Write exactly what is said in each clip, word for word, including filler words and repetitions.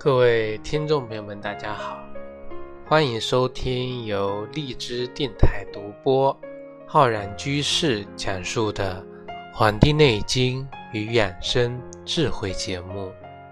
各位听众朋友们大家好，欢迎收听由荔枝电台独播浩然居士讲述的《黄帝内经与养生智慧》节目。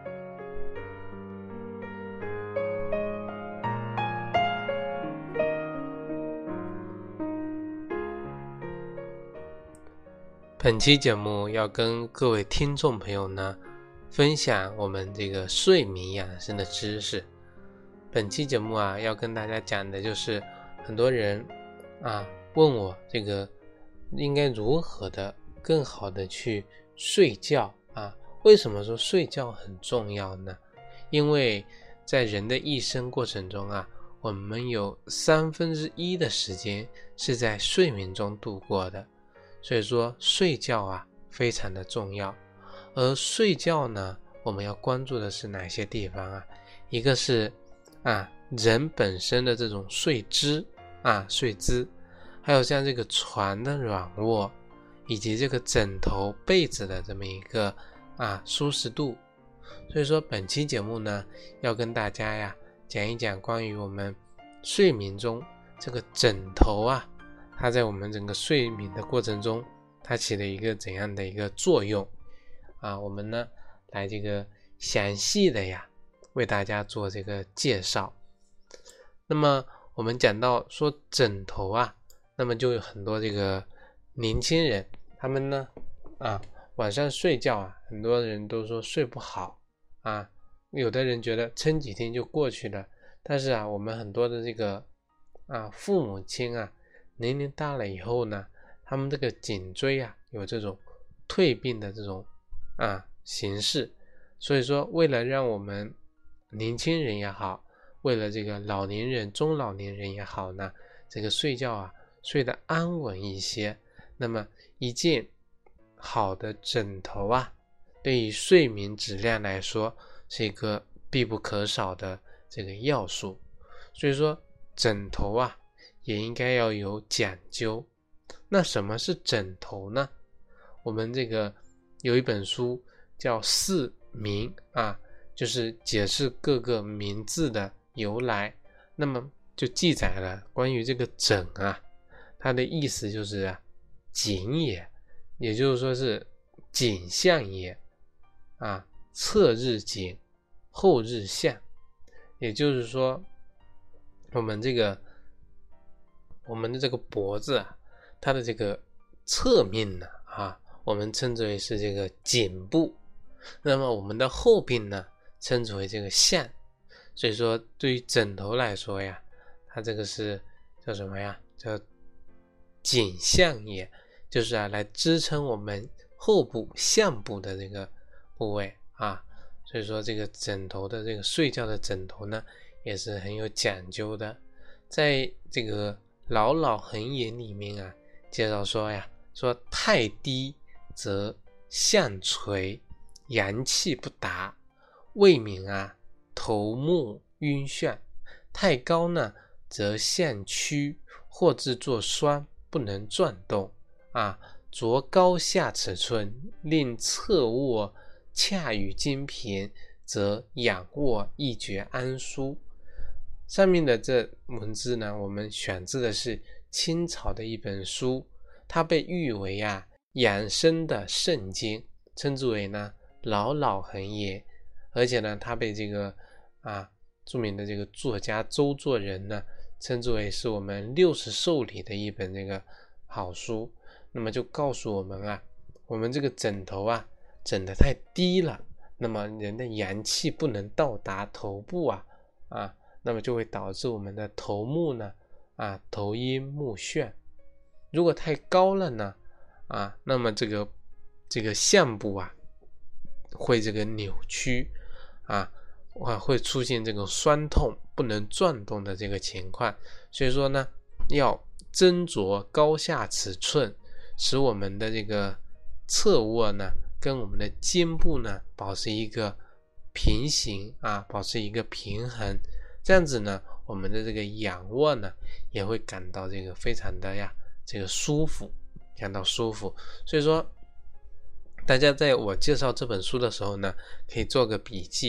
本期节目要跟各位听众朋友呢分享我们这个睡眠养生的知识。本期节目啊，要跟大家讲的就是很多人啊问我这个应该如何的更好的去睡觉啊？为什么说睡觉很重要呢？因为在人的一生过程中啊，我们有三分之一的时间是在睡眠中度过的，所以说睡觉啊非常的重要。而睡觉呢，我们要关注的是哪些地方啊？一个是啊人本身的这种睡姿啊睡姿，还有像这个床的软卧，以及这个枕头被子的这么一个啊舒适度。所以说本期节目呢，要跟大家呀讲一讲关于我们睡眠中这个枕头啊，它在我们整个睡眠的过程中，它起了一个怎样的一个作用啊？我们呢来这个详细的呀为大家做这个介绍。那么我们讲到说枕头啊，那么就有很多这个年轻人，他们呢啊晚上睡觉啊，很多人都说睡不好啊，有的人觉得撑几天就过去了，但是啊我们很多的这个啊父母亲啊年龄大了以后呢，他们这个颈椎啊有这种退病的这种啊形式，所以说为了让我们年轻人也好，为了这个老年人中老年人也好呢，这个睡觉啊睡得安稳一些，那么一件好的枕头啊对于睡眠质量来说是一个必不可少的这个要素。所以说枕头啊也应该要有讲究。那什么是枕头呢？我们这个有一本书叫四名啊，就是解释各个名字的由来，那么就记载了关于这个枕啊，它的意思就是啊景也，也就是说是景象也啊，侧日景，后日象，也就是说我们这个我们的这个脖子啊，它的这个侧面呢啊，我们称之为是这个颈部，那么我们的后边呢称之为这个象。所以说对于枕头来说呀，它这个是叫什么呀？叫颈象也，就是啊来支撑我们后部项部的这个部位啊。所以说这个枕头的这个睡觉的枕头呢也是很有讲究的。在这个老老恒言里面啊介绍说呀，说太低则项垂，阳气不达，未免啊头目晕眩；太高呢则项曲，或致作栓，不能转动啊，着高下尺寸，令侧卧恰与筋平，则仰卧一觉安舒。上面的这文字呢，我们选自的是清朝的一本书，它被誉为啊养生的圣经，称之为呢老老恒言。而且呢它被这个啊著名的这个作家周作人呢称之为是我们六十寿里的一本这个好书。那么就告诉我们啊，我们这个枕头啊枕得太低了，那么人的阳气不能到达头部啊啊，那么就会导致我们的头目呢啊头晕目眩。如果太高了呢啊，那么这个这个项部啊会这个扭曲啊，会出现这种酸痛不能转动的这个情况。所以说呢要斟酌高下尺寸，使我们的这个侧卧呢跟我们的肩部呢保持一个平行啊，保持一个平衡，这样子呢我们的这个仰卧呢也会感到这个非常的呀这个舒服，感到舒服。所以说大家在我介绍这本书的时候呢可以做个笔记，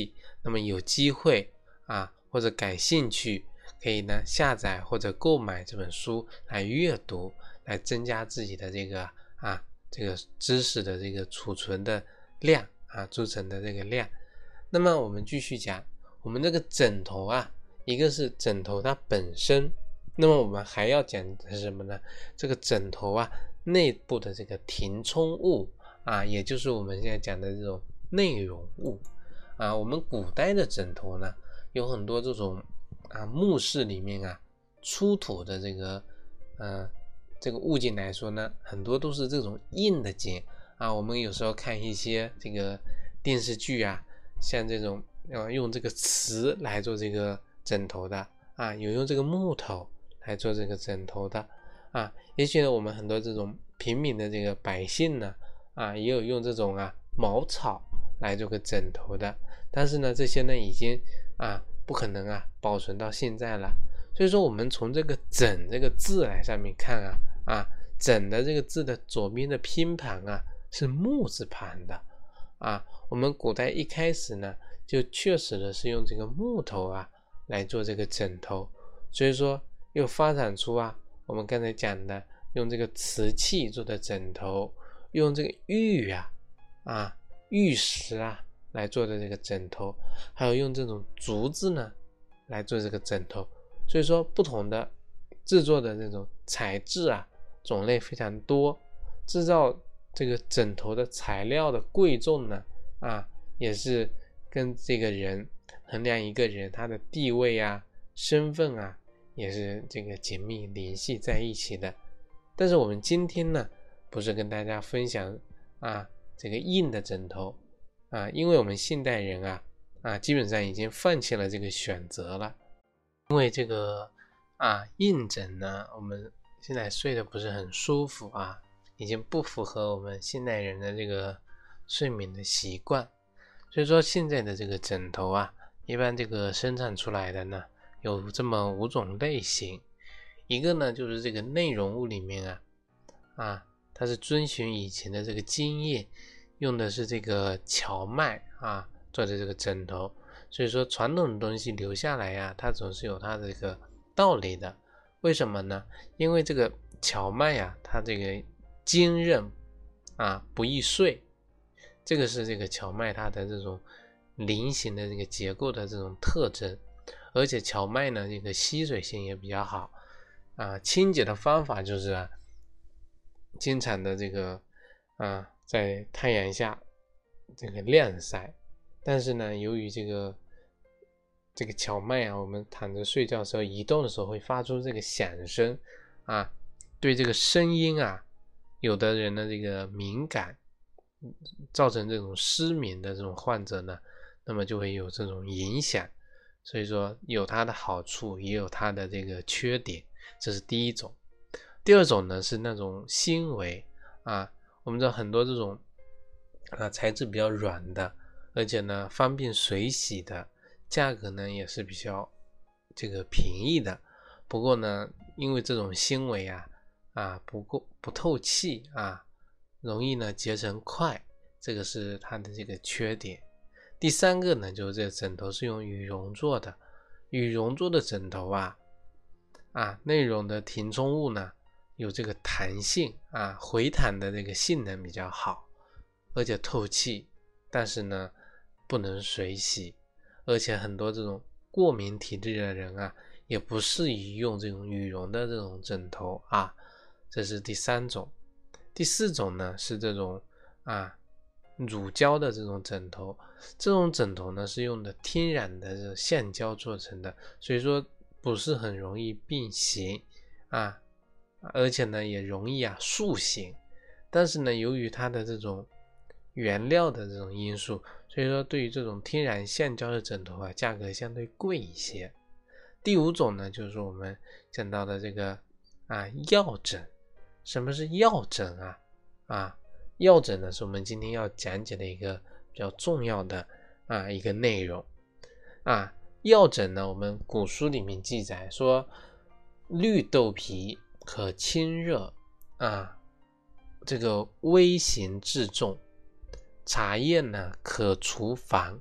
那么有机会啊或者感兴趣，可以呢下载或者购买这本书来阅读，来增加自己的这个啊这个知识的这个储存的量啊储存的这个量。那么我们继续讲，我们这个枕头啊，一个是枕头它本身，那么我们还要讲的是什么呢？这个枕头啊内部的这个填充物啊，也就是我们现在讲的这种内容物啊。我们古代的枕头呢，有很多这种啊墓室里面啊出土的这个呃这个物件来说呢，很多都是这种硬的件啊。我们有时候看一些这个电视剧啊，像这种呃用这个瓷来做这个枕头的啊，有用这个木头来做这个枕头的啊。也许呢我们很多这种平民的这个百姓呢啊，也有用这种啊茅草来做个枕头的，但是呢这些呢已经啊不可能啊保存到现在了。所以说我们从这个枕这个字来上面看啊啊枕的这个字的左边的偏旁啊是木字旁的啊。我们古代一开始呢就确实的是用这个木头啊来做这个枕头，所以说又发展出啊我们刚才讲的用这个瓷器做的枕头，用这个玉啊啊玉石啊来做的这个枕头，还有用这种竹子呢来做这个枕头。所以说不同的制作的这种材质啊种类非常多，制造这个枕头的材料的贵重呢啊也是跟这个人衡量一个人他的地位啊身份啊也是这个紧密联系在一起的。但是我们今天呢不是跟大家分享啊这个硬的枕头啊，因为我们现代人啊啊基本上已经放弃了这个选择了。因为这个啊硬枕呢我们现在睡得不是很舒服啊，已经不符合我们现代人的这个睡眠的习惯。所以说现在的这个枕头啊，一般这个生产出来的呢有这么五种类型。一个呢就是这个内容物里面啊啊它是遵循以前的这个经验，用的是这个荞麦啊做的这个枕头。所以说传统的东西留下来啊，它总是有它的这个道理的。为什么呢？因为这个荞麦啊它这个坚韧啊不易碎，这个是这个荞麦它的这种菱形的这个结构的这种特征。而且荞麦呢这个吸水性也比较好啊。清洁的方法就是啊经常的这个啊在太阳下这个晾晒。但是呢由于这个这个荞麦啊我们躺着睡觉的时候移动的时候会发出这个响声啊，对这个声音啊有的人的这个敏感，造成这种失眠的这种患者呢，那么就会有这种影响。所以说有它的好处也有它的这个缺点，这是第一种。第二种呢是那种纤维啊，我们知道很多这种啊材质比较软的，而且呢方便水洗的，价格呢也是比较这个便宜的。不过呢因为这种纤维啊啊不够不透气啊，容易呢结成块，这个是它的这个缺点。第三个呢就是这个枕头是用羽绒做的，羽绒做的枕头啊啊内容的填充物呢有这个弹性啊，回弹的这个性能比较好，而且透气，但是呢不能水洗，而且很多这种过敏体质的人啊也不适宜用这种羽绒的这种枕头啊，这是第三种。第四种呢是这种啊乳胶的这种枕头，这种枕头呢是用的天然的这种橡胶做成的，所以说不是很容易变形啊，而且呢也容易啊塑形。但是呢由于它的这种原料的这种因素，所以说对于这种天然橡胶的枕头啊价格相对贵一些。第五种呢就是我们讲到的这个啊药枕。什么是药枕啊啊药枕呢是我们今天要讲解的一个比较重要的啊一个内容啊。药枕呢我们古书里面记载说，绿豆皮可清热啊，这个微型治重，茶叶呢可除烦，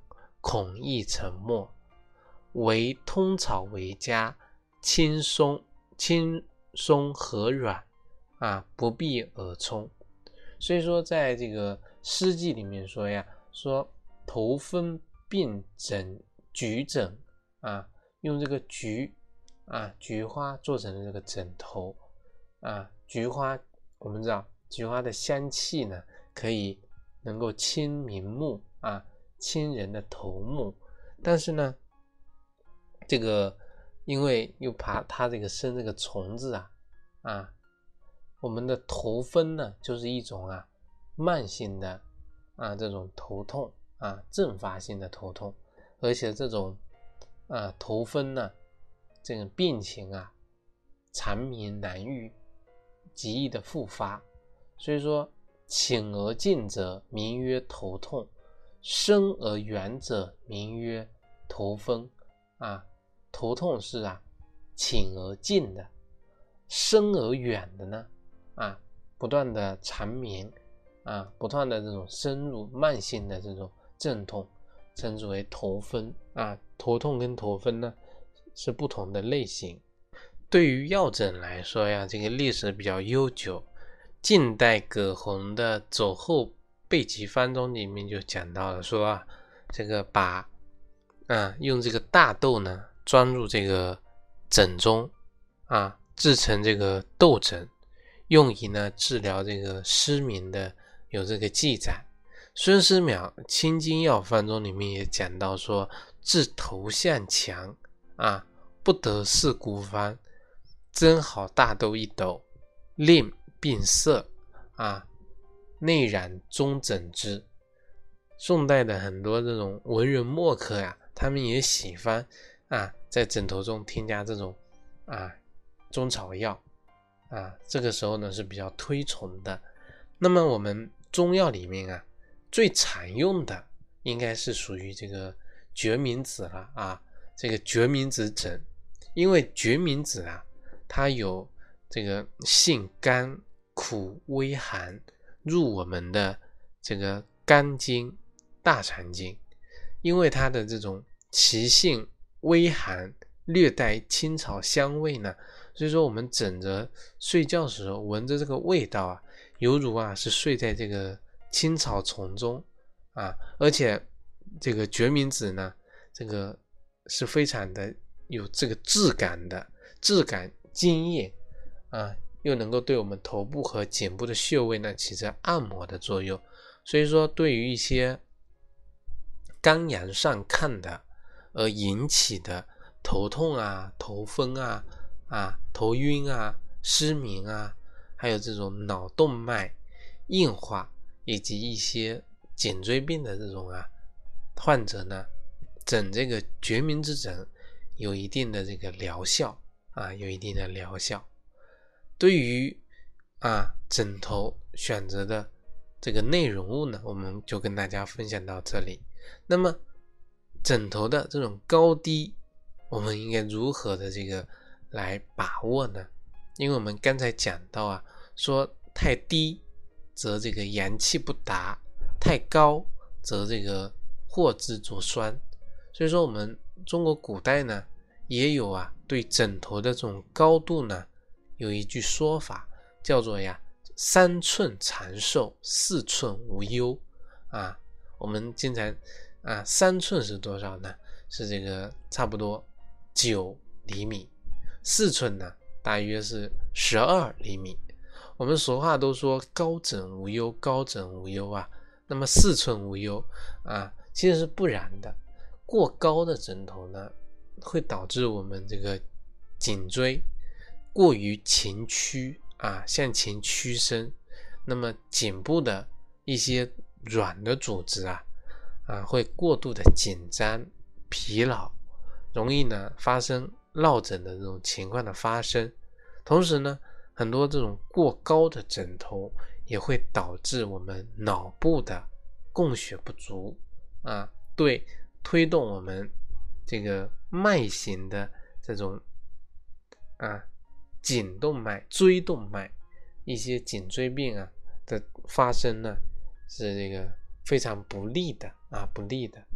恐易沉没，唯通草为佳，轻松轻松和软啊，不必耳聪。所以说在这个诗记里面说呀，说头分并枕菊枕啊，用这个菊啊菊花做成了这个枕头啊，菊花我们知道菊花的香气呢，可以能够清明目啊，清人的头目。但是呢，这个因为又怕它这个生这个虫子啊啊，我们的头分呢就是一种啊慢性的啊这种头痛啊，阵发性的头痛，而且这种啊头分呢这种病情啊缠绵难愈，极易的复发。所以说浅而近者名曰头痛，深而远者名曰头分啊。头痛是啊浅而近的，深而远的呢啊不断的缠绵啊，不断的这种深入慢性的这种阵痛，称之为头分啊。头痛跟头分呢是不同的类型。对于药诊来说呀，这个历史比较悠久。近代葛洪的《走后备急方》中里面就讲到了，说啊，这个把啊用这个大豆呢装入这个枕中啊，制成这个豆枕，用以呢治疗这个失眠的有这个记载。孙思邈《清经药方》中里面也讲到说，治头项强啊，不得四孤方，蒸好大豆一斗，令并色啊，内染中枕之。宋代的很多这种文人墨客呀、啊，他们也喜欢啊，在枕头中添加这种啊中草药啊，这个时候呢是比较推崇的。那么我们中药里面啊，最常用的应该是属于这个决明子了啊，这个决明子枕，因为决明子啊，它有这个性甘苦微寒，入我们的这个肝经、大肠经，因为它的这种其性微寒，略带青草香味呢，所以说我们枕着睡觉时候闻着这个味道啊，犹如啊是睡在这个青草丛中啊，而且这个决明子呢，这个是非常的有这个质感的，质感惊艳啊，又能够对我们头部和颈部的穴位呢起着按摩的作用。所以说对于一些肝阳上亢的而引起的头痛啊、头分啊、啊头晕啊、失眠啊，还有这种脑动脉硬化以及一些颈椎病的这种啊患者呢，枕这个决明子枕有一定的这个疗效啊，有一定的疗效。对于啊枕头选择的这个内容物呢，我们就跟大家分享到这里。那么枕头的这种高低，我们应该如何的这个来把握呢？因为我们刚才讲到啊，说太低则这个阳气不达，太高则这个祸至着酸。所以说我们中国古代呢也有啊对枕头的这种高度呢有一句说法，叫做呀三寸长寿，四寸无忧啊。我们经常啊三寸是多少呢？是这个差不多九厘米，四寸呢大约是十二厘米。我们俗话都说高枕无忧，高枕无忧啊，那么四寸无忧啊，其实是不然的。过高的枕头呢会导致我们这个颈椎过于前屈啊，向前屈伸，那么颈部的一些软的组织啊啊会过度的紧张疲劳，容易呢发生落枕的这种情况的发生。同时呢，很多这种过高的枕头也会导致我们脑部的供血不足啊，对推动我们这个脉型的这种啊颈动脉、椎动脉一些颈椎病啊的发生呢，是这个非常不利的啊，不利的。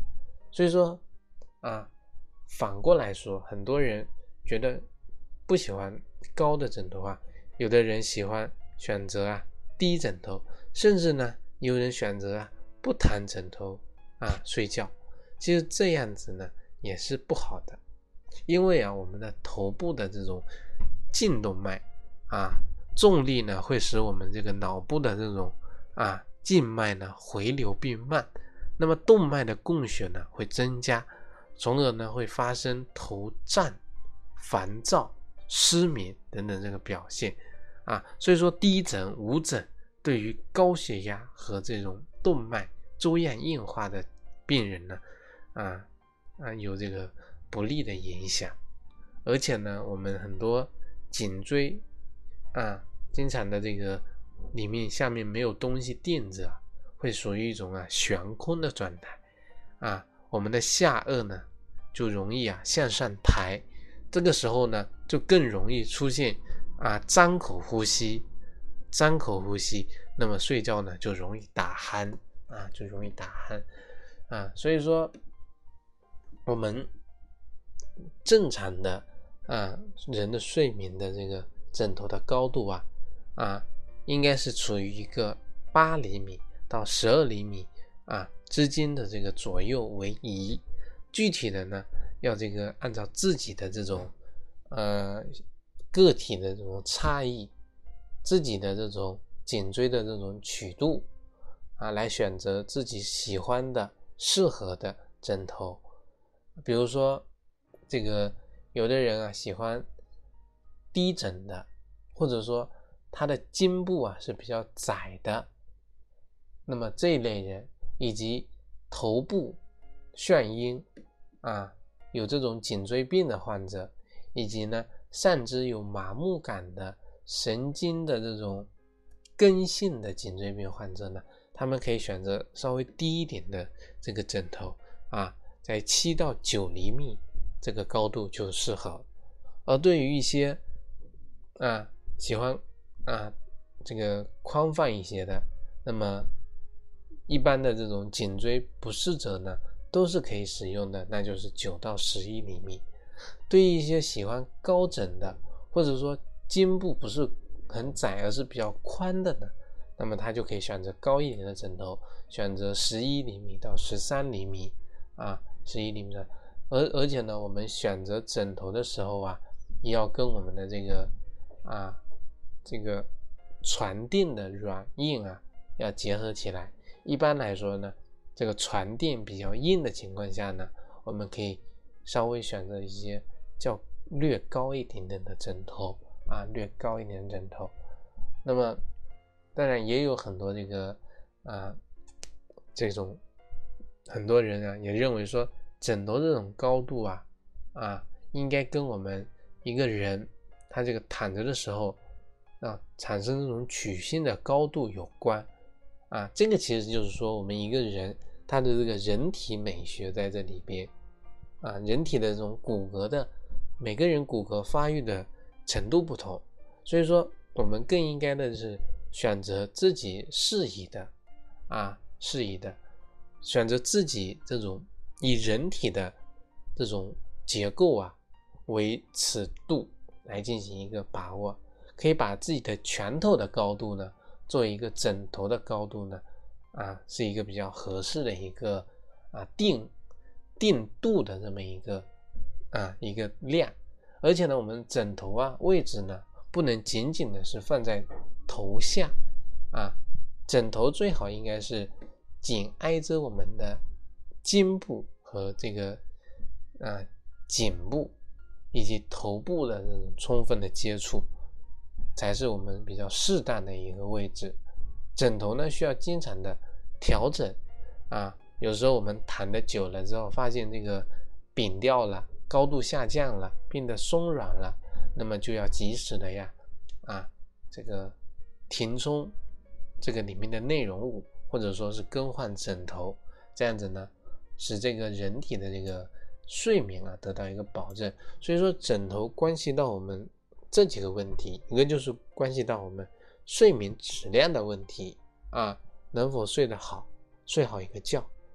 所以说啊，反过来说，很多人觉得不喜欢高的枕头啊，有的人喜欢选择啊低枕头，甚至呢有人选择啊不弹枕头啊睡觉。其实这样子呢也是不好的，因为啊我们的头部的这种颈动脉啊重力呢会使我们这个脑部的这种啊静脉呢回流变慢，那么动脉的供血呢会增加，从而呢会发生头胀、烦躁、失眠等等这个表现啊。所以说低枕无枕对于高血压和这种动脉粥样硬化的病人呢啊啊有这个不利的影响。而且呢我们很多颈椎啊经常的这个里面下面没有东西垫着啊，会属于一种啊悬空的状态啊，我们的下颚呢就容易啊向上抬，这个时候呢就更容易出现啊张口呼吸，张口呼吸，那么睡觉呢就容易打鼾啊，就容易打鼾啊。所以说我们正常的啊人的睡眠的这个枕头的高度啊啊应该是处于一个八厘米到十二厘米啊之间的这个左右为宜。具体的呢要这个按照自己的这种呃个体的这种差异，自己的这种颈椎的这种曲度啊来选择自己喜欢的适合的枕头。比如说这个有的人啊喜欢低枕的，或者说他的颈部啊是比较窄的，那么这一类人以及头部眩晕啊有这种颈椎病的患者，以及呢上肢有麻木感的神经的这种根性的颈椎病患者呢，他们可以选择稍微低一点的这个枕头啊，在七到九厘米这个高度就适合。而对于一些啊喜欢啊这个宽泛一些的，那么一般的这种颈椎不适者呢都是可以使用的，那就是九到十一厘米。对于一些喜欢高枕的，或者说颈部不是很窄而是比较宽的呢，那么他就可以选择高一点的枕头，选择十一厘米到十三厘米啊十一厘米的。而而且呢我们选择枕头的时候啊也要跟我们的这个啊这个床垫的软硬啊要结合起来。一般来说呢这个床垫比较硬的情况下呢，我们可以稍微选择一些较略高一点点的枕头啊略高一点的枕头。那么当然也有很多这个啊这种很多人啊也认为说枕头这种高度啊啊应该跟我们一个人他这个躺着的时候啊产生这种曲线的高度有关啊。这个其实就是说我们一个人他的这个人体美学在这里边啊，人体的这种骨骼的每个人骨骼发育的程度不同，所以说我们更应该的是选择自己适宜的啊适宜的选择自己这种以人体的这种结构啊为尺度来进行一个把握，可以把自己的拳头的高度呢作为一个枕头的高度呢啊是一个比较合适的一个啊定定度的这么一个啊一个量。而且呢我们枕头啊位置呢不能仅仅的是放在头下啊，枕头最好应该是紧挨着我们的颈部和这个啊颈部以及头部的这种充分的接触，才是我们比较适当的一个位置。枕头呢需要经常的调整啊，有时候我们躺的久了之后发现这个扁掉了，高度下降了，变得松软了，那么就要及时的呀啊这个填充这个里面的内容物，或者说是更换枕头，这样子呢使这个人体的这个睡眠啊得到一个保证。所以说枕头关系到我们这几个问题，一个就是关系到我们睡眠质量的问题啊，能否睡得好，睡好一个觉。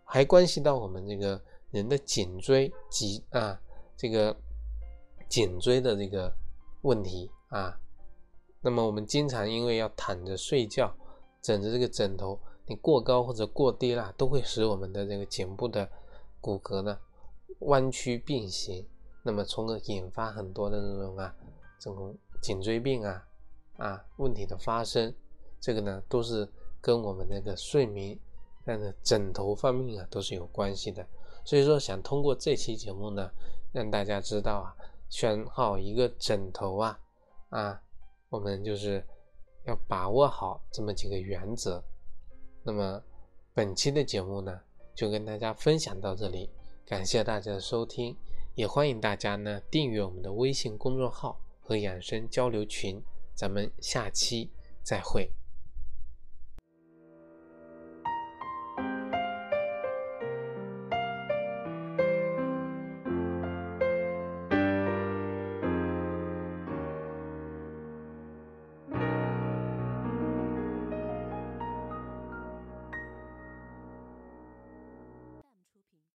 还关系到我们这个人的颈椎脊啊，这个颈椎的这个问题啊。那么我们经常因为要躺着睡觉，枕着这个枕头，你过高或者过低啦，都会使我们的这个颈部的骨骼呢弯曲并行，那么从而引发很多的这种啊这种颈椎病啊啊问题的发生。这个呢都是跟我们那个睡眠那个枕头方面啊都是有关系的。所以说想通过这期节目呢，让大家知道啊，选好一个枕头啊啊我们就是要把握好这么几个原则。那么本期的节目呢就跟大家分享到这里，感谢大家的收听，也欢迎大家呢订阅我们的微信公众号和养生交流群，咱们下期再会。